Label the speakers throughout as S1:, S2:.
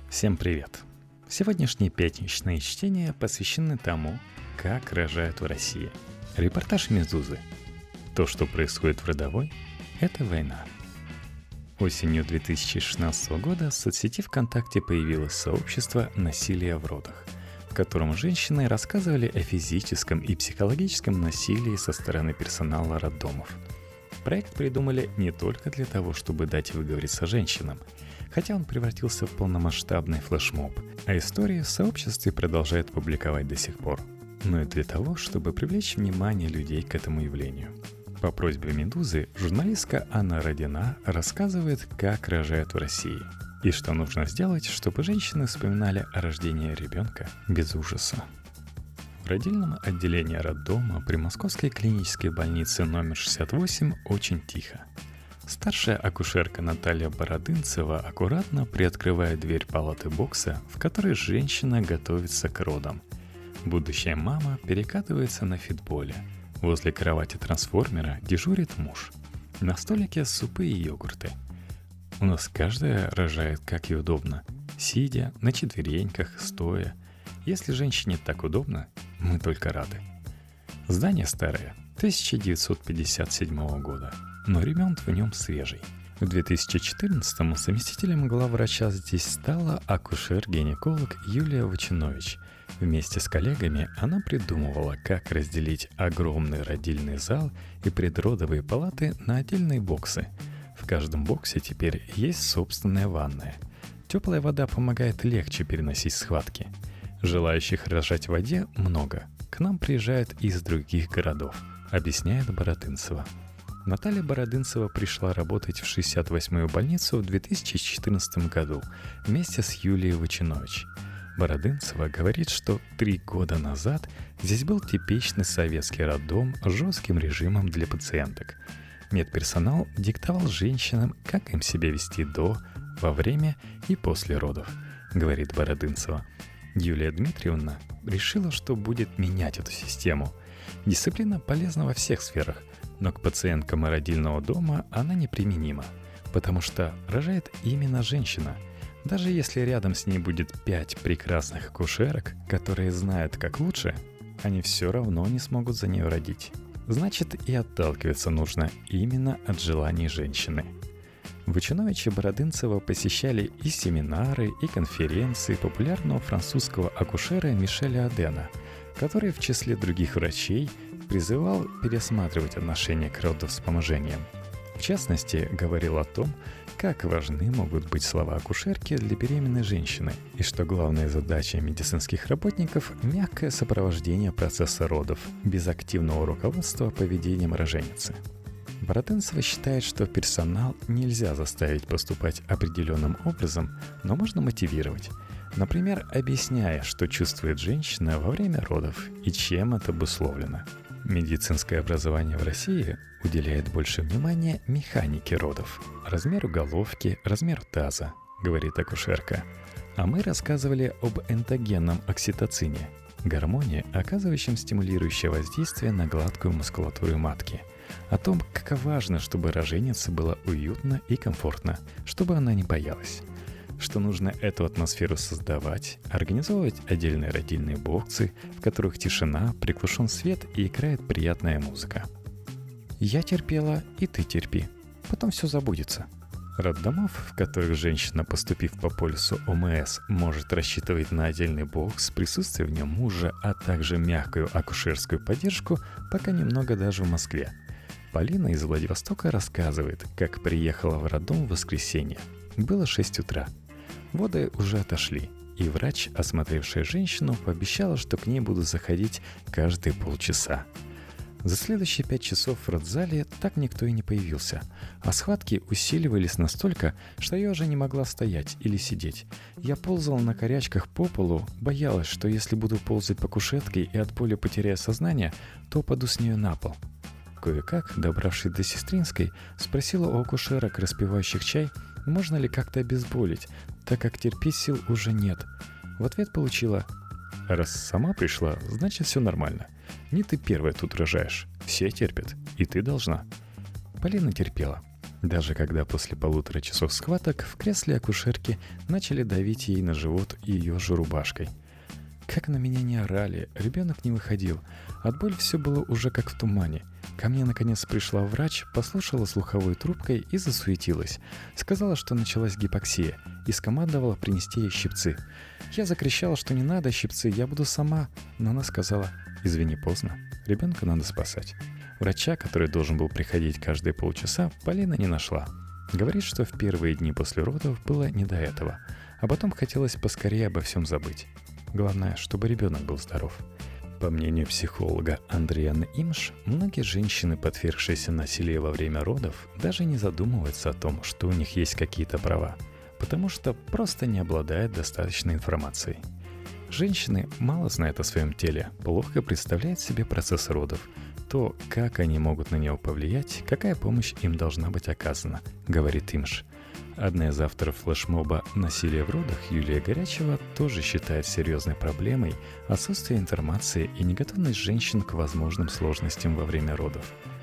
S1: Всем привет! Сегодняшние пятничные чтения посвящены тому, как рожают в России. Репортаж «Медузы». То, что происходит в родовой, это война. Осенью 2016 года в соцсети ВКонтакте появилось сообщество «Насилие в родах», в котором женщины рассказывали о физическом и психологическом насилии со стороны персонала роддомов. Проект придумали не только для того, чтобы дать выговориться женщинам, хотя он превратился в полномасштабный флешмоб, а истории в сообществе продолжают публиковать до сих пор, но и для того, чтобы привлечь внимание людей к этому явлению. По просьбе «Медузы» журналистка Анна Родина рассказывает, как рожают в России и что нужно сделать, чтобы женщины вспоминали о рождении ребенка без ужаса. В родильном отделении роддома при Московской клинической больнице номер 68 очень тихо. Старшая акушерка Наталья Бородынцева аккуратно приоткрывает дверь палаты бокса, в которой женщина готовится к родам. Будущая мама перекатывается на фитболе. Возле кровати трансформера дежурит муж. На столике супы и йогурты. У нас каждая рожает как ей удобно. Сидя, на четвереньках, стоя. Если женщине так удобно, мы только рады. Здание старое, 1957 года, но ремонт в нем свежий. В 2014-м заместителем главврача здесь стала акушер-гинеколог Юлия Вачинович. Вместе с коллегами она придумывала, как разделить огромный родильный зал и предродовые палаты на отдельные боксы. В каждом боксе теперь есть собственная ванная. Теплая вода помогает легче переносить схватки. Желающих рожать в воде много. К нам приезжают из других городов, объясняет Бородынцева. Наталья Бородынцева пришла работать в 68-ю больницу в 2014 году вместе с Юлией Вачинович. Бородынцева говорит, что 3 года назад здесь был типичный советский роддом с жестким режимом для пациенток. Медперсонал диктовал женщинам, как им себя вести до, во время и после родов, говорит Бородынцева. Юлия Дмитриевна решила, что будет менять эту систему. Дисциплина полезна во всех сферах, но к пациенткам родильного дома она неприменима, потому что рожает именно женщина. Даже если рядом с ней будет 5 прекрасных акушерок, которые знают как лучше, они все равно не смогут за нее родить. Значит, и отталкиваться нужно именно от желаний женщины. Вачинович и Бородынцева посещали и семинары, и конференции популярного французского акушера Мишеля Адена, который в числе других врачей призывал пересматривать отношение к родовспоможениям. В частности, говорил о том, как важны могут быть слова акушерки для беременной женщины, и что главная задача медицинских работников – мягкое сопровождение процесса родов, без активного руководства поведением роженицы. Бородынцева считает, что персонал нельзя заставить поступать определенным образом, но можно мотивировать. Например, объясняя, что чувствует женщина во время родов и чем это обусловлено. Медицинское образование в России уделяет больше внимания механике родов, размеру головки, размеру таза, говорит акушерка. А мы рассказывали об эндогенном окситоцине, гормоне, оказывающем стимулирующее воздействие на гладкую мускулатуру матки. О том, как важно, чтобы роженице было уютно и комфортно, чтобы она не боялась. Что нужно эту атмосферу создавать, организовывать отдельные родильные боксы, в которых тишина, приглушен свет и играет приятная музыка. Я терпела, и ты терпи. Потом все забудется. Роддомов, в которых женщина, поступив по полису ОМС, может рассчитывать на отдельный бокс, присутствие в нем мужа, а также мягкую акушерскую поддержку, пока немного даже в Москве. Полина из Владивостока рассказывает, как приехала в роддом в воскресенье. Было 6 утра. Воды уже отошли, и врач, осмотревшая женщину, пообещала, что к ней будут заходить каждые полчаса. За следующие 5 часов в родзале так никто и не появился, а схватки усиливались настолько, что я уже не могла стоять или сидеть. Я ползала на корячках по полу, боялась, что если буду ползать по кушетке и от поля потеряю сознание, то упаду с нее на пол. Кое-как, добравшись до Сестринской, спросила у акушерок, распивающих чай, можно ли как-то обезболить, так как терпеть сил уже нет. В ответ получила: «Раз сама пришла, значит все нормально. Не ты первая тут рожаешь, все терпят, и ты должна». Полина терпела. Даже когда после 1,5 часов схваток в кресле акушерки начали давить ей на живот ее же рубашкой. Как на меня не орали, ребенок не выходил. От боли все было уже как в тумане. Ко мне наконец пришла врач, послушала слуховой трубкой и засуетилась. Сказала, что началась гипоксия, и скомандовала принести ей щипцы. Я закричала, что не надо щипцы, я буду сама. Но она сказала: «Извини, поздно, ребенка надо спасать». Врача, который должен был приходить каждые полчаса, Полина не нашла. Говорит, что в первые дни после родов было не до этого, а потом хотелось поскорее обо всем забыть. Главное, чтобы ребенок был здоров. По мнению психолога Андрианы Имш, многие женщины, подвергшиеся насилию во время родов, даже не задумываются о том, что у них есть какие-то права, потому что просто не обладают достаточной информацией. Женщины мало знают о своем теле, плохо представляют себе процесс родов, то, как они могут на него повлиять, какая помощь им должна быть оказана, говорит Имш. Одна из авторов флешмоба «Насилие в родах» Юлия Горячева тоже считает серьезной проблемой отсутствие информации и неготовность женщин к возможным сложностям во время родов.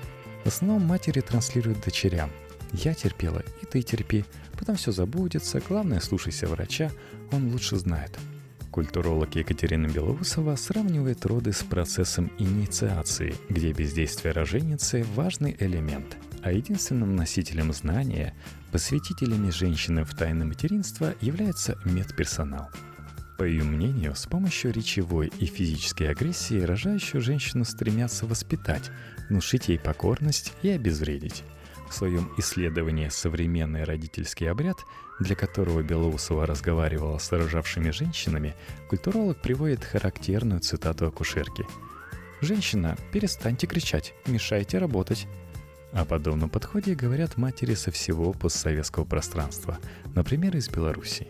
S1: В основном матери транслируют дочерям: «Я терпела, и ты терпи, потом все забудется, главное, слушайся врача, он лучше знает». Культуролог Екатерина Белоусова сравнивает роды с процессом инициации, где бездействие роженицы – важный элемент, а единственным носителем знания, посвятителями женщины в тайны материнства, является медперсонал. По ее мнению, с помощью речевой и физической агрессии рожающую женщину стремятся воспитать, внушить ей покорность и обезвредить. В своем исследовании «Современный родительский обряд», для которого Белоусова разговаривала с рожавшими женщинами, культуролог приводит характерную цитату акушерки: «Женщина, перестаньте кричать, мешайте работать». О подобном подходе говорят матери со всего постсоветского пространства, например, из Белоруссии.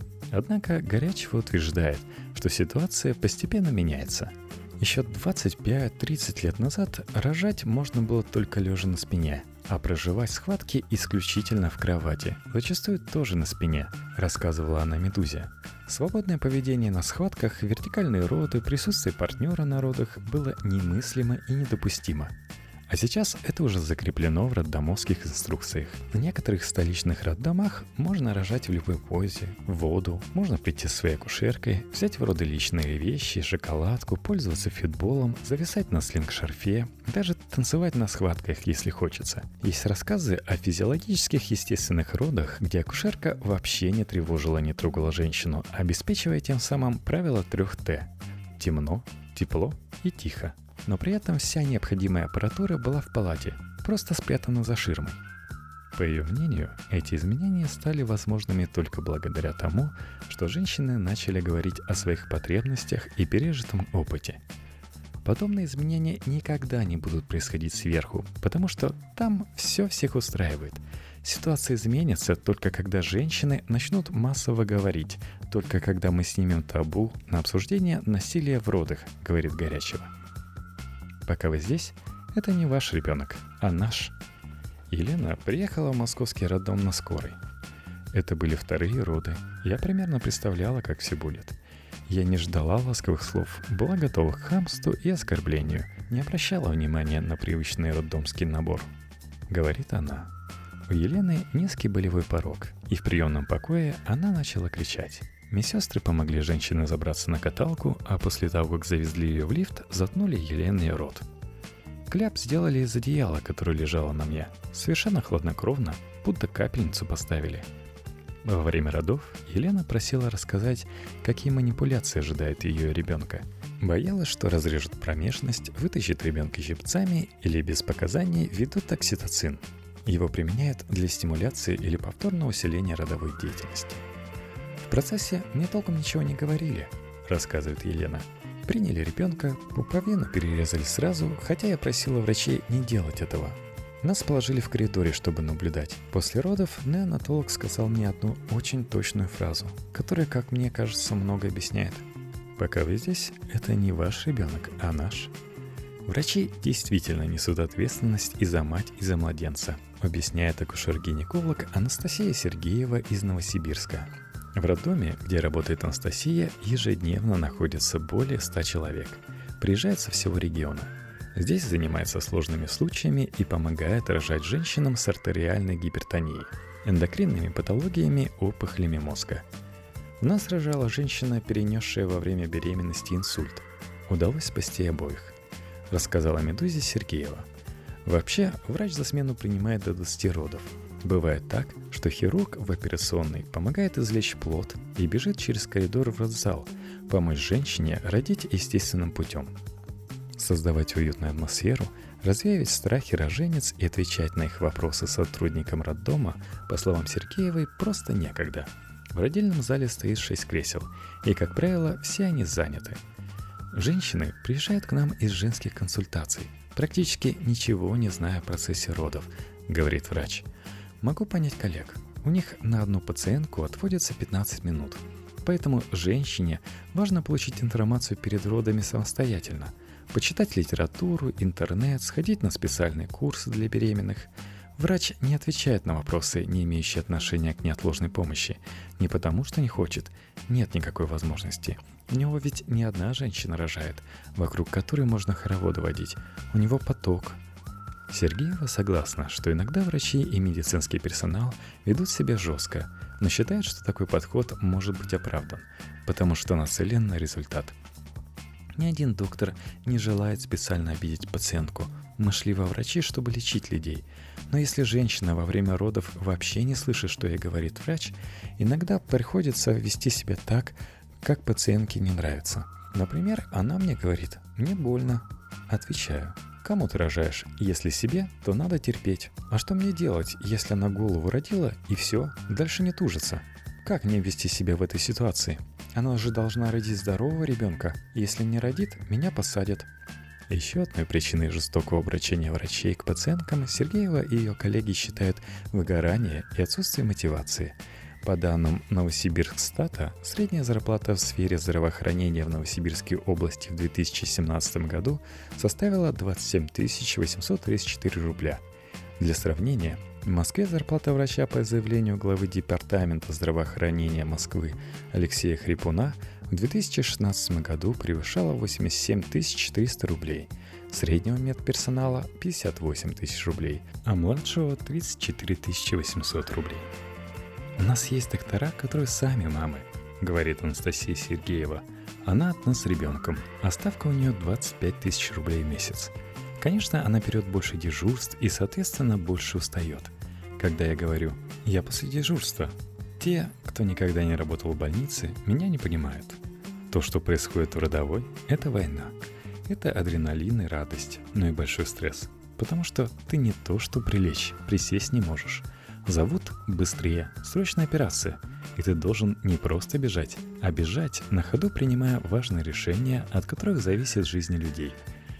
S1: Однако Горячева утверждает, что ситуация постепенно меняется. Еще 25-30 лет назад рожать можно было только лежа на спине, а проживать схватки исключительно в кровати, зачастую тоже на спине, рассказывала она «Медузе». Свободное поведение на схватках, вертикальные роды, присутствие партнера на родах было немыслимо и недопустимо. А сейчас это уже закреплено в роддомовских инструкциях. В некоторых столичных роддомах можно рожать в любой позе, в воду, можно прийти с своей акушеркой, взять в роды личные вещи, шоколадку, пользоваться фитболом, зависать на слинг-шарфе, даже танцевать на схватках, если хочется. Есть рассказы о физиологических естественных родах, где акушерка вообще не тревожила, не трогала женщину, обеспечивая тем самым правило 3 Т – темно, тепло и тихо. Но при этом вся необходимая аппаратура была в палате, просто спрятана за ширмой. По ее мнению, эти изменения стали возможными только благодаря тому, что женщины начали говорить о своих потребностях и пережитом опыте. Подобные изменения никогда не будут происходить сверху, потому что там все всех устраивает. Ситуация изменится только когда женщины начнут массово говорить, только когда мы снимем табу на обсуждение насилия в родах, говорит Горячева. Пока вы здесь, это не ваш ребенок, а наш. Елена приехала в московский роддом на скорой. Это были вторые роды. Я примерно представляла, как все будет. Я не ждала ласковых слов, была готова к хамству и оскорблению, не обращала внимания на привычный роддомский набор. Говорит она. У Елены низкий болевой порог, и в приемном покое она начала кричать. Медсестры помогли женщине забраться на каталку, а после того, как завезли ее в лифт, заткнули Елене рот. Кляп сделали из одеяла, которое лежало на мне, совершенно хладнокровно, будто капельницу поставили. Во время родов Елена просила рассказать, какие манипуляции ожидают ее ребенка. Боялась, что разрежут промежность, вытащат ребенка щипцами или без показаний введут окситоцин. Его применяют для стимуляции или повторного усиления родовой деятельности. В процессе мне толком ничего не говорили, рассказывает Елена. Приняли ребенка, пуповину перерезали сразу, хотя я просила врачей не делать этого. Нас положили в коридоре, чтобы наблюдать. После родов неонатолог сказал мне одну очень точную фразу, которая, как мне кажется, много объясняет. Пока вы здесь, это не ваш ребенок, а наш. Врачи действительно несут ответственность и за мать, и за младенца, объясняет акушер-гинеколог Анастасия Сергеева из Новосибирска. В роддоме, где работает Анастасия, ежедневно находится более 100 человек. Приезжают со всего региона. Здесь занимается сложными случаями и помогает рожать женщинам с артериальной гипертонией, эндокринными патологиями, опухолями мозга. У нас рожала женщина, перенесшая во время беременности инсульт. Удалось спасти обоих, рассказала «Медузе» Сергеева. Вообще, врач за смену принимает до 20 родов. Бывает так, что хирург в операционной помогает извлечь плод и бежит через коридор в родзал, помочь женщине родить естественным путем. Создавать уютную атмосферу, развеивать страхи роженец и отвечать на их вопросы сотрудникам роддома, по словам Сергеевой, просто некогда. В родильном зале стоит 6 кресел, и, как правило, все они заняты. Женщины приезжают к нам из женских консультаций, практически ничего не зная о процессе родов, говорит врач. Могу понять коллег. У них на одну пациентку отводится 15 минут. Поэтому женщине важно получить информацию перед родами самостоятельно, почитать литературу, интернет, сходить на специальные курсы для беременных. Врач не отвечает на вопросы, не имеющие отношения к неотложной помощи. Не потому, что не хочет. Нет никакой возможности. У него ведь не одна женщина рожает, вокруг которой можно хороводы водить. У него поток. Сергеева согласна, что иногда врачи и медицинский персонал ведут себя жестко, но считает, что такой подход может быть оправдан, потому что нацелен на результат. Ни один доктор не желает специально обидеть пациентку. Мы шли во врачи, чтобы лечить людей. Но если женщина во время родов вообще не слышит, что ей говорит врач, иногда приходится вести себя так, как пациентке не нравится. Например, она мне говорит: «Мне больно». Отвечаю: «Кому ты рожаешь? Если себе, то надо терпеть. А что мне делать, если она голову родила и все, дальше не тужится? Как мне вести себя в этой ситуации? Она же должна родить здорового ребенка. Если не родит, меня посадят». Еще одной причиной жестокого обращения врачей к пациенткам Сергеева и ее коллеги считают выгорание и отсутствие мотивации. По данным Новосибирскстата, средняя зарплата в сфере здравоохранения в Новосибирской области в 2017 году составила 27 834 рубля. Для сравнения, в Москве зарплата врача по заявлению главы Департамента здравоохранения Москвы Алексея Хрипуна в 2016 году превышала 87 400 рублей, среднего медперсонала – 58 тысяч рублей, а младшего – 34 800 рублей. «У нас есть доктора, которые сами мамы», — говорит Анастасия Сергеева. «Она одна с ребенком, а ставка у нее 25 тысяч рублей в месяц. Конечно, она берет больше дежурств и, соответственно, больше устает. Когда я говорю «я после дежурства», те, кто никогда не работал в больнице, меня не понимают. То, что происходит в родовой, это война. Это адреналин и радость, но и большой стресс. Потому что ты не то, что прилечь, присесть не можешь. Зовут быстрее, срочная операция. И ты должен не просто бежать, а бежать, на ходу принимая важные решения, от которых зависит жизнь людей».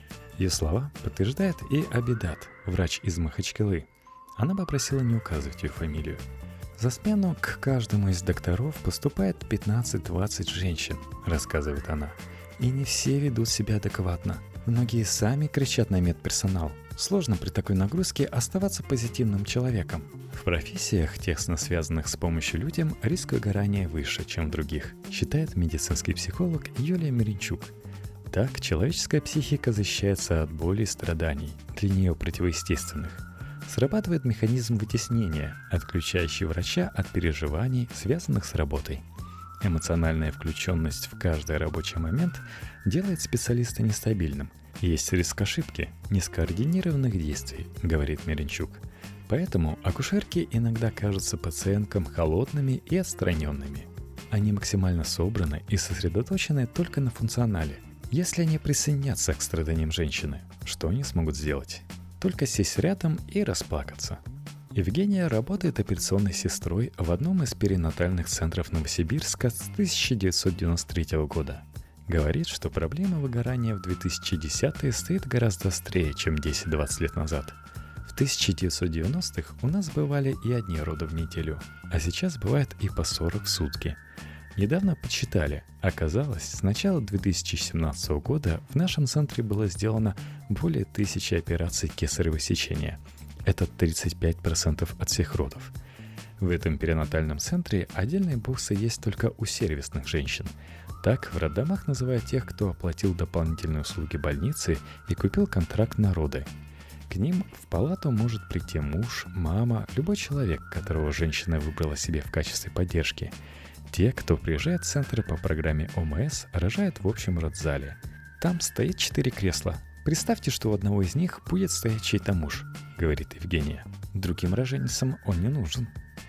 S1: Ее слова подтверждает и Абидат, врач из Махачкалы. Она попросила не указывать ее фамилию. За смену к каждому из докторов поступает 15-20 женщин, рассказывает она. И не все ведут себя адекватно. Многие сами кричат на медперсонал. Сложно при такой нагрузке оставаться позитивным человеком. В профессиях, тесно связанных с помощью людям, риск выгорания выше, чем в других, считает медицинский психолог Юлия Миренчук. Так, человеческая психика защищается от боли и страданий, для нее противоестественных. Срабатывает механизм вытеснения, отключающий врача от переживаний, связанных с работой. Эмоциональная включенность в каждый рабочий момент делает специалиста нестабильным. Есть риск ошибки, нескоординированных действий, говорит Миренчук. Поэтому акушерки иногда кажутся пациенткам холодными и отстраненными. Они максимально собраны и сосредоточены только на функционале. Если они присоединятся к страданиям женщины, что они смогут сделать? Только сесть рядом и расплакаться. Евгения работает операционной сестрой в одном из перинатальных центров Новосибирска с 1993 года. Говорит, что проблема выгорания в 2010-е стоит гораздо острее, чем 10-20 лет назад. В 1990-х у нас бывали и одни роды в неделю, а сейчас бывает и по 40 в сутки. Недавно подсчитали. Оказалось, с начала 2017 года в нашем центре было сделано более 1000 операций кесарево сечения. Это 35% от всех родов. В этом перинатальном центре отдельные боксы есть только у сервисных женщин. Так в роддомах называют тех, кто оплатил дополнительные услуги больницы и купил контракт на роды. К ним в палату может прийти муж, мама, любой человек, которого женщина выбрала себе в качестве поддержки. Те, кто приезжает в центры по программе ОМС, рожают в общем родзале. Там стоит 4 кресла. Представьте, что у одного из них будет стоять чей-то муж, говорит Евгения. Другим роженицам он не нужен.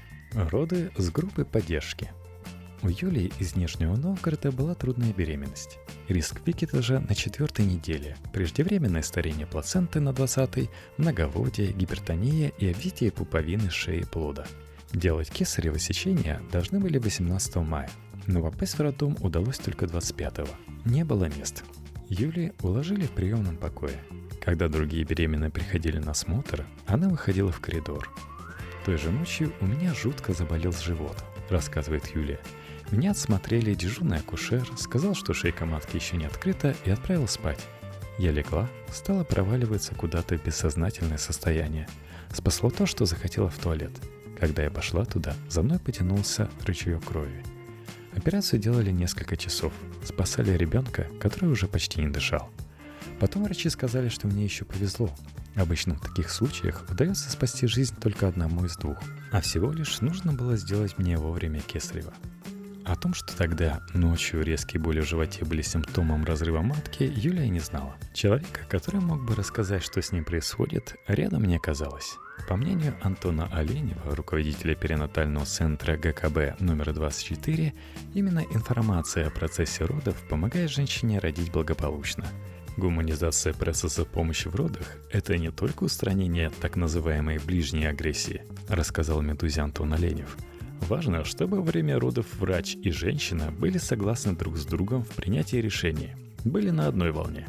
S1: Роды с группой поддержки. У Юлии из Нижнего Новгорода была трудная беременность. Риск выкидыша на 4-й неделе, преждевременное старение плаценты на 20-й, многоводие, гипертония и обвитие пуповины шеи плода. Делать кесарево сечение должны были 18 мая, но попасть в роддом удалось только 25-го. Не было мест. Юлию уложили в приемном покое. Когда другие беременные приходили на осмотр, она выходила в коридор. Той же ночью у меня жутко заболел живот, рассказывает Юлия. Меня отсмотрели дежурный акушер, сказал, что шейка матки еще не открыта, и отправил спать. Я легла, стала проваливаться куда-то в бессознательное состояние. Спасло то, что захотела в туалет. Когда я пошла туда, за мной потянулся ручеек крови. Операцию делали несколько часов. Спасали ребенка, который уже почти не дышал. Потом врачи сказали, что мне еще повезло. Обычно в таких случаях удается спасти жизнь только одному из двух. А всего лишь нужно было сделать мне вовремя кесарево. О том, что тогда ночью резкие боли в животе были симптомом разрыва матки, Юлия не знала. Человека, который мог бы рассказать, что с ним происходит, рядом не оказалось. По мнению Антона Оленева, руководителя перинатального центра ГКБ номер 24, именно информация о процессе родов помогает женщине родить благополучно. Гуманизация процесса помощи в родах – это не только устранение так называемой ближней агрессии, рассказал «Медузе» Антон Оленев. Важно, чтобы во время родов врач и женщина были согласны друг с другом в принятии решений, были на одной волне.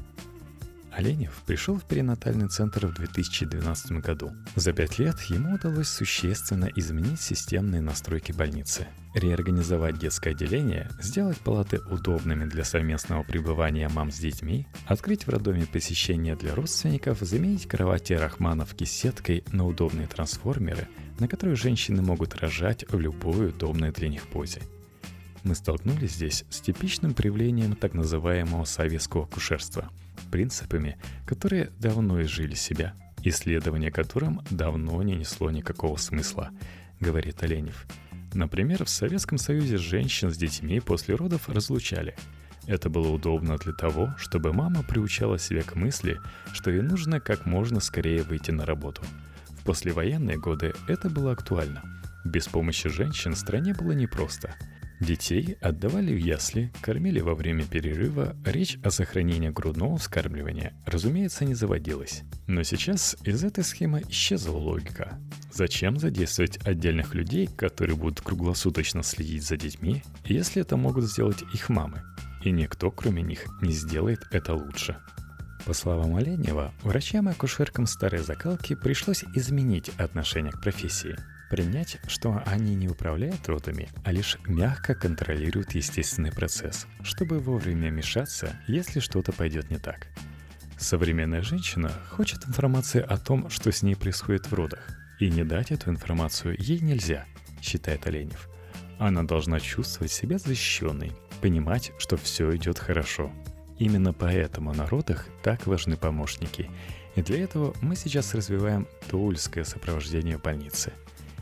S1: Оленев пришел в перинатальный центр в 2012 году. За 5 лет ему удалось существенно изменить системные настройки больницы, реорганизовать детское отделение, сделать палаты удобными для совместного пребывания мам с детьми, открыть в роддоме посещения для родственников, заменить кровати рахмановки с сеткой на удобные трансформеры, на которые женщины могут рожать в любой удобной для них позе. Мы столкнулись здесь с типичным проявлением так называемого советского акушерства, принципами, которые давно изжили себя, исследование которым давно не несло никакого смысла, говорит Оленев. Например, в Советском Союзе женщин с детьми после родов разлучали. Это было удобно для того, чтобы мама приучала себя к мысли, что ей нужно как можно скорее выйти на работу. В послевоенные годы это было актуально. Без помощи женщин в стране было непросто. Детей отдавали в ясли, кормили во время перерыва, речь о сохранении грудного вскармливания, разумеется, не заводилась. Но сейчас из этой схемы исчезла логика. Зачем задействовать отдельных людей, которые будут круглосуточно следить за детьми, если это могут сделать их мамы? И никто, кроме них, не сделает это лучше. По словам Оленева, врачам и акушеркам старой закалки пришлось изменить отношение к профессии. Принять, что они не управляют родами, а лишь мягко контролируют естественный процесс, чтобы вовремя вмешаться, если что-то пойдет не так. Современная женщина хочет информации о том, что с ней происходит в родах, и не дать эту информацию ей нельзя, считает Оленев. Она должна чувствовать себя защищенной, понимать, что все идет хорошо. Именно поэтому на родах так важны помощники, и для этого мы сейчас развиваем доульское сопровождение в больнице.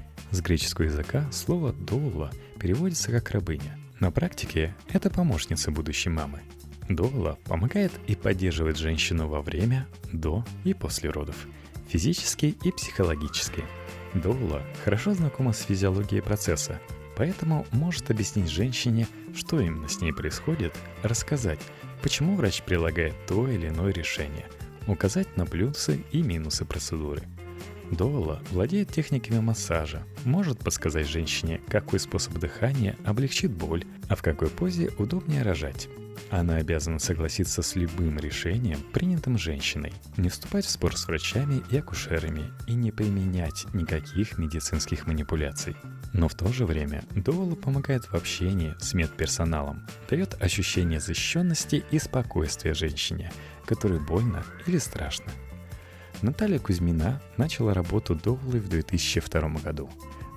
S1: С греческого языка слово «доула» переводится как «рабыня». На практике это помощница будущей мамы. Доула помогает и поддерживает женщину во время, до и после родов, физически и психологически. Доула хорошо знакома с физиологией процесса, поэтому может объяснить женщине, что именно с ней происходит, рассказать, почему врач прилагает то или иное решение, указать на плюсы и минусы процедуры. Доула владеет техниками массажа, может подсказать женщине, какой способ дыхания облегчит боль, а в какой позе удобнее рожать. Она обязана согласиться с любым решением, принятым женщиной, не вступать в спор с врачами и акушерами и не применять никаких медицинских манипуляций. Но в то же время доула помогает в общении с медперсоналом, дает ощущение защищенности и спокойствия женщине, которой больно или страшно. Наталья Кузьмина начала работу доулой в 2002 году.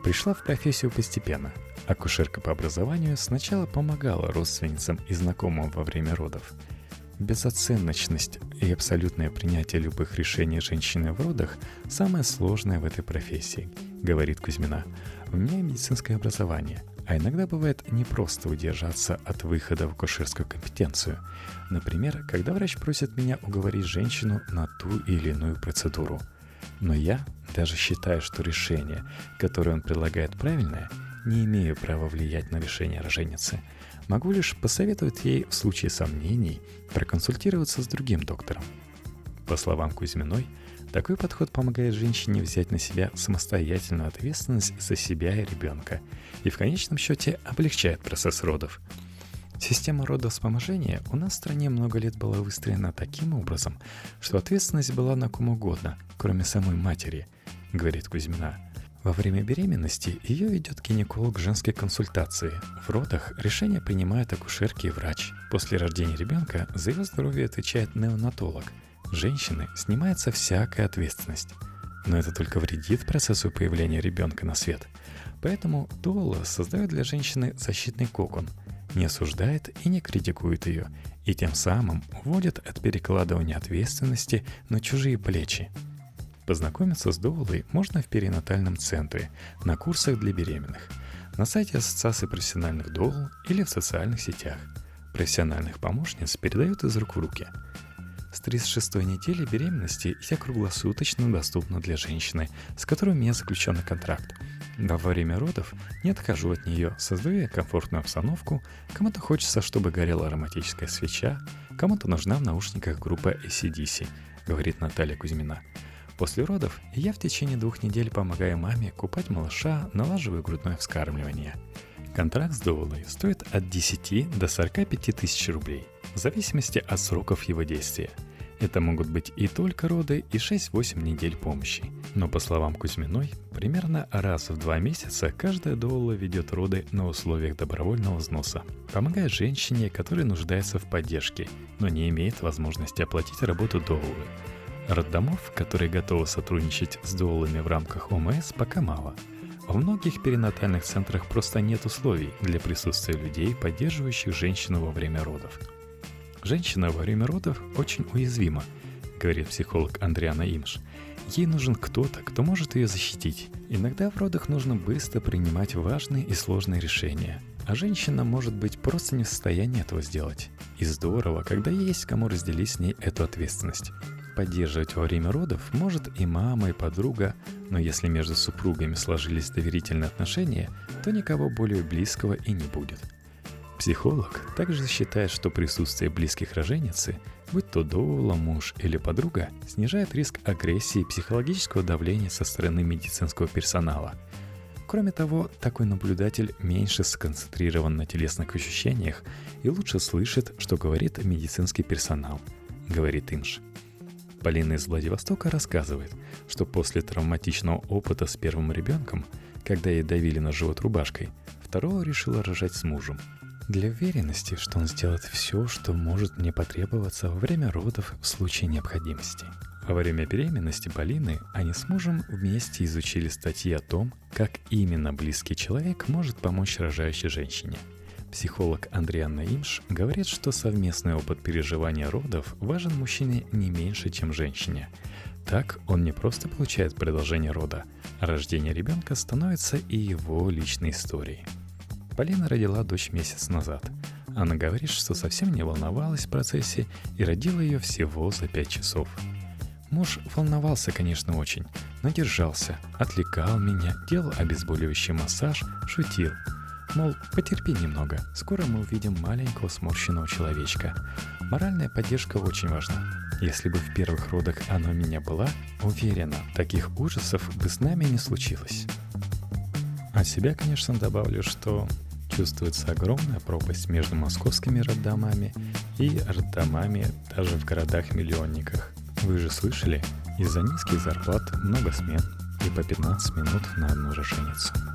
S1: Пришла в профессию постепенно. Акушерка по образованию сначала помогала родственницам и знакомым во время родов. Безоценочность и абсолютное принятие любых решений женщины в родах – самое сложное в этой профессии, говорит Кузьмина. У меня медицинское образование, а иногда бывает непросто удержаться от выхода в акушерскую компетенцию. Например, когда врач просит меня уговорить женщину на ту или иную процедуру. Но я, даже считая, что решение, которое он предлагает, правильное, не имею права влиять на решение роженицы. Могу лишь посоветовать ей в случае сомнений проконсультироваться с другим доктором. По словам Кузьминой, такой подход помогает женщине взять на себя самостоятельную ответственность за себя и ребенка и в конечном счете облегчает процесс родов. Система родовспоможения у нас в стране много лет была выстроена таким образом, что ответственность была на ком угодно, кроме самой матери, говорит Кузьмина. Во время беременности ее ведет гинеколог женской консультации. В родах решение принимают акушерки и врач. После рождения ребенка за его здоровье отвечает неонатолог. Женщины снимается всякая ответственность. Но это только вредит процессу появления ребенка на свет. Поэтому доула создает для женщины защитный кокон, не осуждает и не критикует ее, и тем самым уводит от перекладывания ответственности на чужие плечи. Познакомиться с доулой можно в перинатальном центре, на курсах для беременных, на сайте Ассоциации профессиональных доул или в социальных сетях. Профессиональных помощниц передают из рук в руки. С 36-й недели беременности я круглосуточно доступна для женщины, с которой у меня заключен контракт. Во время родов не отхожу от нее, создаю комфортную обстановку, кому-то хочется, чтобы горела ароматическая свеча, кому-то нужна в наушниках группа AC/DC, говорит Наталья Кузьмина. После родов я в течение 2 недель помогаю маме купать малыша, налаживаю грудное вскармливание. Контракт с доулой стоит от 10 до 45 тысяч рублей, в зависимости от сроков его действия. Это могут быть и только роды, и 6-8 недель помощи. Но по словам Кузьминой, примерно раз в 2 месяца каждая доула ведет роды на условиях добровольного взноса. Помогает женщине, которая нуждается в поддержке, но не имеет возможности оплатить работу доулы. Роддомов, которые готовы сотрудничать с доулами в рамках ОМС, пока мало. В многих перинатальных центрах просто нет условий для присутствия людей, поддерживающих женщину во время родов. Женщина во время родов очень уязвима, говорит психолог Андриана Имш. Ей нужен кто-то, кто может ее защитить. Иногда в родах нужно быстро принимать важные и сложные решения, а женщина может быть просто не в состоянии этого сделать. И здорово, когда есть кому разделить с ней эту ответственность. Поддерживать во время родов может и мама, и подруга, но если между супругами сложились доверительные отношения, то никого более близкого и не будет. Психолог также считает, что присутствие близких роженицы, будь то доула, муж или подруга, снижает риск агрессии и психологического давления со стороны медицинского персонала. Кроме того, такой наблюдатель меньше сконцентрирован на телесных ощущениях и лучше слышит, что говорит медицинский персонал, говорит Имш. Полина из Владивостока рассказывает, что после травматичного опыта с первым ребенком, когда ей давили на живот рубашкой, второго решила рожать с мужем. Для уверенности, что он сделает все, что может мне потребоваться во время родов в случае необходимости. Во время беременности Полины они с мужем вместе изучили статьи о том, как именно близкий человек может помочь рожающей женщине. Психолог Андриана Имш говорит, что совместный опыт переживания родов важен мужчине не меньше, чем женщине. Так он не просто получает продолжение рода, а рождение ребенка становится и его личной историей. Полина родила дочь месяц назад. Она говорит, что совсем не волновалась в процессе и родила ее всего за 5 часов. Муж волновался, конечно, очень, но держался, отвлекал меня, делал обезболивающий массаж, шутил. Мол, потерпи немного, скоро мы увидим маленького сморщенного человечка. Моральная поддержка очень важна. Если бы в первых родах она у меня была, уверена, таких ужасов бы с нами не случилось. От себя, конечно, добавлю, что чувствуется огромная пропасть между московскими роддомами и роддомами даже в городах-миллионниках. Вы же слышали, из-за низких зарплат много смен и по 15 минут на одну роженицу.